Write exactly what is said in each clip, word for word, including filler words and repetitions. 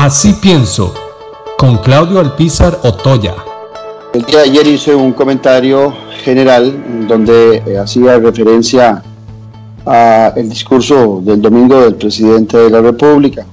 Así pienso, con Claudio Alpizar Otoya. El día de ayer hice un comentario general donde eh, hacía referencia al discurso del domingo del presidente de la República.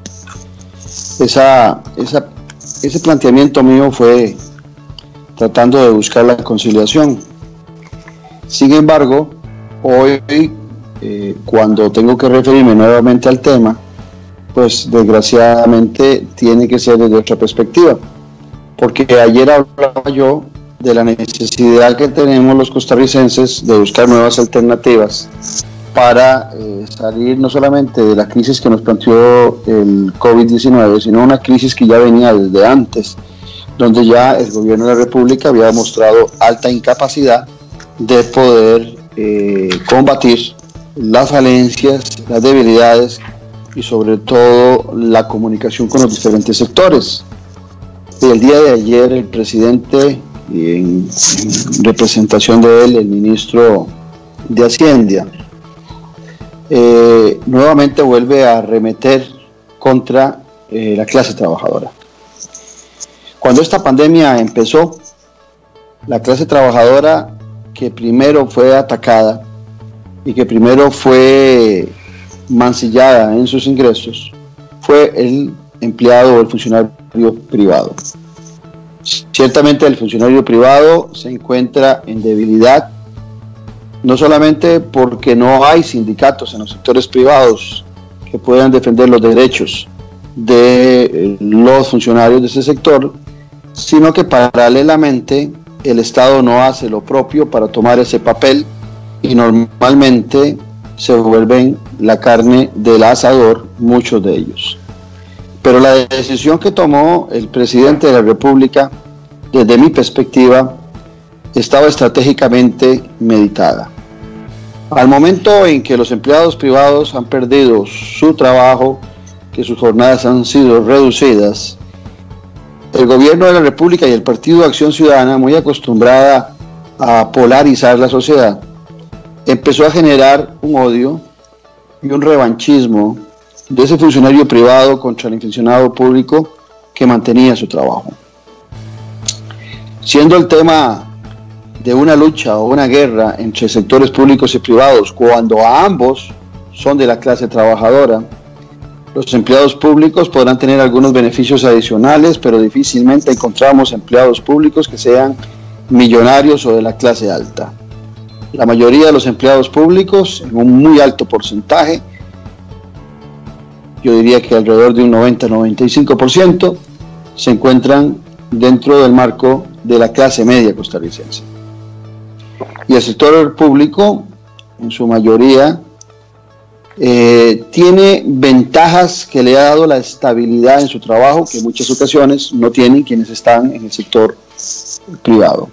Esa, esa, ese planteamiento mío fue tratando de buscar la conciliación. Sin embargo, hoy, eh, cuando tengo que referirme nuevamente al tema, pues desgraciadamente tiene que ser desde otra perspectiva, porque ayer hablaba yo de la necesidad que tenemos los costarricenses de buscar nuevas alternativas para eh, salir no solamente de la crisis que nos planteó el COVID diecinueve, sino una crisis que ya venía desde antes, donde ya el gobierno de la República había mostrado alta incapacidad de poder eh, combatir las falencias, las debilidades y sobre todo la comunicación con los diferentes sectores. El día de ayer el presidente, y en, en representación de él, el ministro de Hacienda, eh, nuevamente vuelve a arremeter contra eh, la clase trabajadora. Cuando esta pandemia empezó, la clase trabajadora que primero fue atacada y que primero fue mancillada en sus ingresos fue el empleado o el funcionario privado. Ciertamente el funcionario privado se encuentra en debilidad, no solamente porque no hay sindicatos en los sectores privados que puedan defender los derechos de los funcionarios de ese sector, sino que paralelamente el Estado no hace lo propio para tomar ese papel y normalmente se vuelven la carne del asador, muchos de ellos. Pero la decisión que tomó el presidente de la República, desde mi perspectiva, estaba estratégicamente meditada. Al momento en que los empleados privados han perdido su trabajo, que sus jornadas han sido reducidas, el gobierno de la República y el Partido de Acción Ciudadana, muy acostumbrada a polarizar la sociedad, empezó a generar un odio y un revanchismo de ese funcionario privado contra el funcionario público que mantenía su trabajo. Siendo el tema de una lucha o una guerra entre sectores públicos y privados, cuando a ambos son de la clase trabajadora, los empleados públicos podrán tener algunos beneficios adicionales, pero difícilmente encontramos empleados públicos que sean millonarios o de la clase alta. La mayoría de los empleados públicos, en un muy alto porcentaje, yo diría que alrededor de un noventa a noventa y cinco por ciento, se encuentran dentro del marco de la clase media costarricense. Y el sector público, en su mayoría, eh, tiene ventajas que le ha dado la estabilidad en su trabajo, que en muchas ocasiones no tienen quienes están en el sector privado.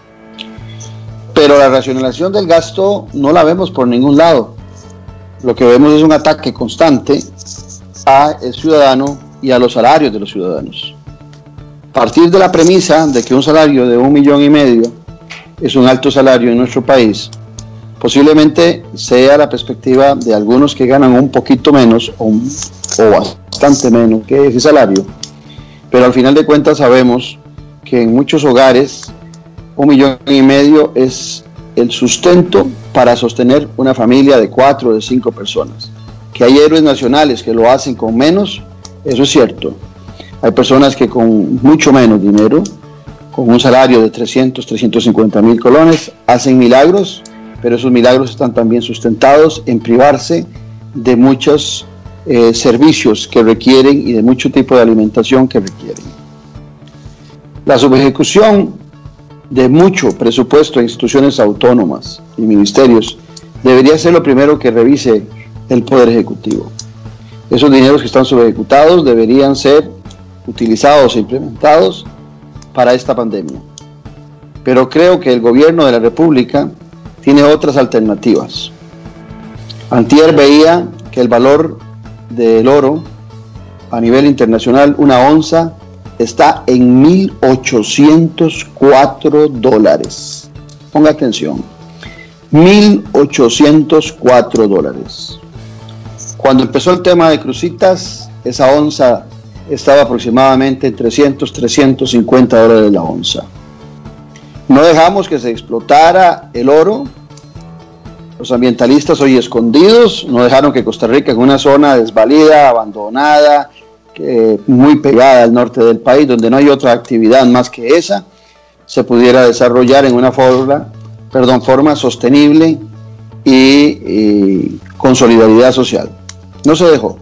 Pero la racionalización del gasto no la vemos por ningún lado. Lo que vemos es un ataque constante al ciudadano y a los salarios de los ciudadanos. Partir de la premisa de que un salario de un millón y medio es un alto salario en nuestro país, posiblemente sea la perspectiva de algunos que ganan un poquito menos o, un, o bastante menos que ese salario, pero al final de cuentas sabemos que en muchos hogares un millón y medio es el sustento para sostener una familia de cuatro o de cinco personas. Que hay héroes nacionales que lo hacen con menos, eso es cierto. Hay personas que con mucho menos dinero, con un salario de trescientos, trescientos cincuenta mil colones, hacen milagros, pero esos milagros están también sustentados en privarse de muchos eh, servicios que requieren y de mucho tipo de alimentación que requieren. La subejecución de mucho presupuesto a instituciones autónomas y ministerios debería ser lo primero que revise el Poder Ejecutivo. Esos dineros que están subejecutados deberían ser utilizados e implementados para esta pandemia. Pero creo que el gobierno de la República tiene otras alternativas. Antier veía que el valor del oro a nivel internacional, una onza, está en mil ochocientos cuatro dólares. Ponga atención, mil ochocientos cuatro dólares. Cuando empezó el tema de crucitas, esa onza estaba aproximadamente en trescientos, trescientos cincuenta dólares la onza. No dejamos que se explotara el oro. Los ambientalistas hoy escondidos no dejaron que Costa Rica, en una zona desvalida, abandonada, eh, muy pegada al norte del país, donde no hay otra actividad más que esa, se pudiera desarrollar en una forma, perdón, forma sostenible y, y con solidaridad social. No se dejó.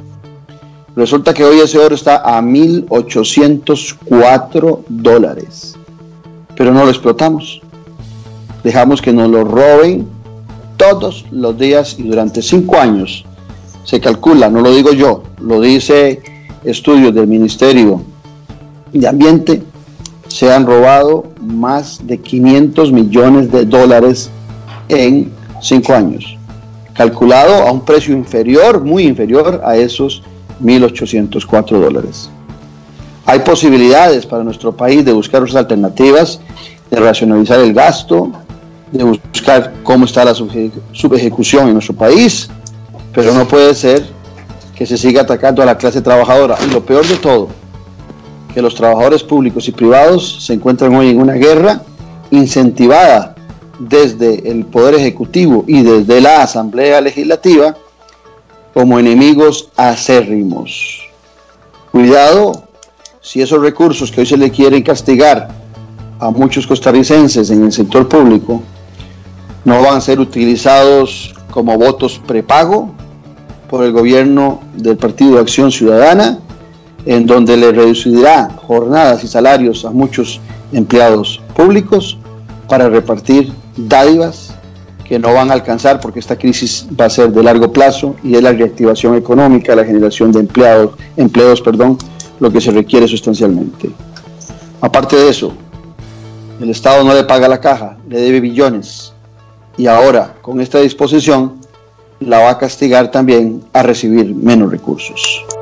Resulta que hoy ese oro está a mil ochocientos cuatro dólares, pero no lo explotamos. Dejamos que nos lo roben todos los días y durante cinco años. Se calcula, no lo digo yo, lo dice estudios del Ministerio de Ambiente, se han robado más de quinientos millones de dólares en cinco años, calculado a un precio inferior, muy inferior a esos mil ochocientos cuatro dólares. Hay posibilidades para nuestro país de buscar otras alternativas, de racionalizar el gasto, de buscar cómo está la subejecución en nuestro país, pero no puede ser que se siga atacando a la clase trabajadora. Y lo peor de todo, que los trabajadores públicos y privados se encuentran hoy en una guerra incentivada desde el Poder Ejecutivo y desde la Asamblea Legislativa como enemigos acérrimos. Cuidado si esos recursos que hoy se le quieren castigar a muchos costarricenses en el sector público no van a ser utilizados como votos prepago por el gobierno del Partido de Acción Ciudadana, en donde le reducirá jornadas y salarios a muchos empleados públicos para repartir dádivas que no van a alcanzar, porque esta crisis va a ser de largo plazo y es la reactivación económica, la generación de empleados, empleos, perdón, lo que se requiere sustancialmente. Aparte de eso, el Estado no le paga a la caja, le debe billones, y ahora con esta disposición la va a castigar también a recibir menos recursos.